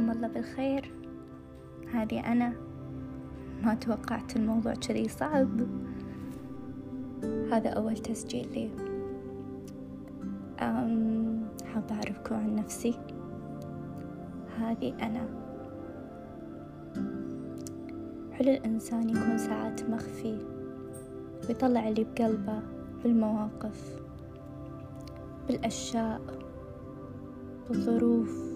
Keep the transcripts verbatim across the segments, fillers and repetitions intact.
مساكم الله بالخير. هذه أنا. ما توقعت الموضوع كذي صعب. هذا أول تسجيل لي. أم حابة أعرفكم عن نفسي. هذه أنا. حلو الإنسان يكون ساعات مخفي ويطلع اللي بقلبه بالمواقف، بالأشياء، بالظروف،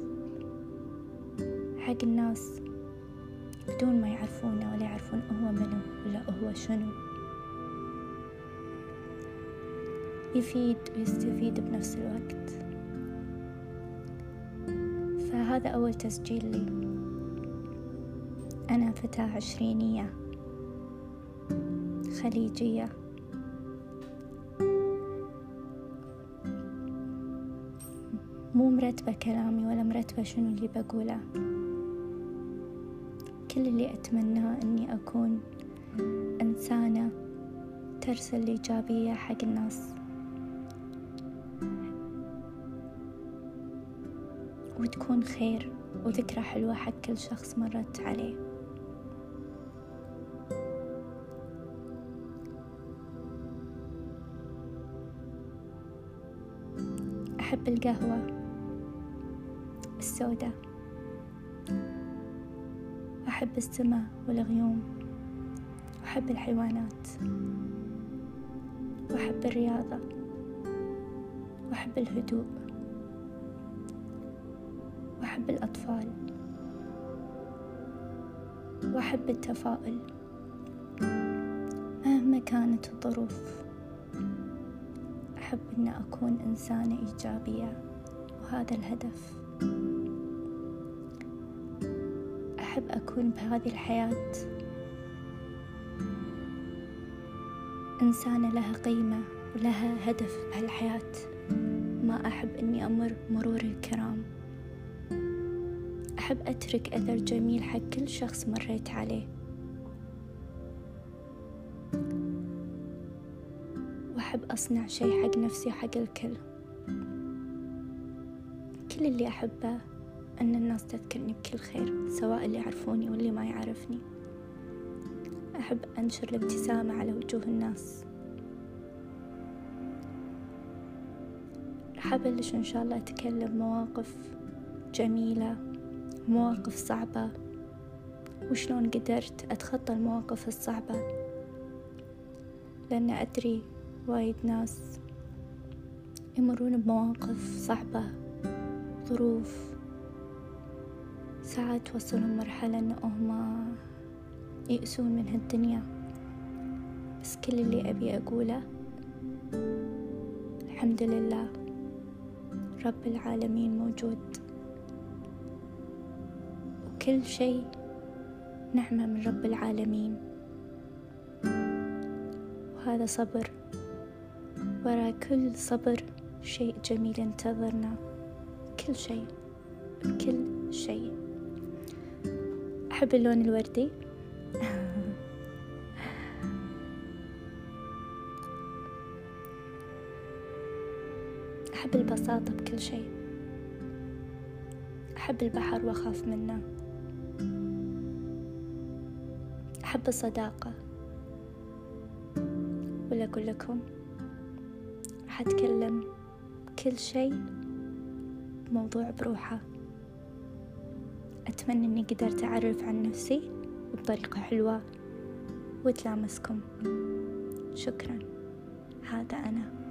حق الناس بدون ما يعرفونه ولا يعرفون هو منو ولا هو شنو. يفيد ويستفيد بنفس الوقت. فهذا أول تسجيل لي. أنا فتاة عشرينية خليجية، مو مرتبة كلامي ولا مرتبة شنو اللي بقوله. كل اللي أتمناه أني أكون إنسانة ترسل الإيجابية حق الناس، وتكون خير وذكرى حلوة حق كل شخص مرت عليه. أحب القهوة السوداء، وأحب السماء والغيوم، وأحب الحيوانات، وأحب الرياضة، وأحب الهدوء، وأحب الأطفال، وأحب التفاؤل مهما كانت الظروف. أحب أن أكون إنسانة إيجابية، وهذا الهدف. أحب أكون بهذه الحياة إنسانة لها قيمة ولها هدف بهالحياة. ما أحب أني أمر مرور الكرام. أحب أترك أثر جميل حق كل شخص مريت عليه، وأحب أصنع شيء حق نفسي وحق الكل. كل اللي أحبه أن الناس تذكرني بكل خير، سواء اللي يعرفوني واللي ما يعرفني. أحب أنشر الابتسامة على وجوه الناس. راح أبلش إن شاء الله أتكلم مواقف جميلة، مواقف صعبة، وشلون قدرت أتخطى المواقف الصعبة، لأن أدري وايد ناس يمرون بمواقف صعبة، ظروف ساعات توصلهم مرحلة أنهم يئسون من هالدنيا. بس كل اللي أبي أقوله الحمد لله رب العالمين موجود، وكل شيء نعمة من رب العالمين. وهذا صبر، ورا كل صبر شيء جميل ينتظرنا. كل شيء بكل شيء. أحب اللون الوردي. أحب البساطة بكل شيء. أحب البحر وأخاف منه. أحب الصداقة. ولا أقول لكم راح أتكلم كل شيء موضوع بروحه. أتمنى أني قدرت أعرف عن نفسي بطريقة حلوة وتلامسكم. شكرا. هذا أنا.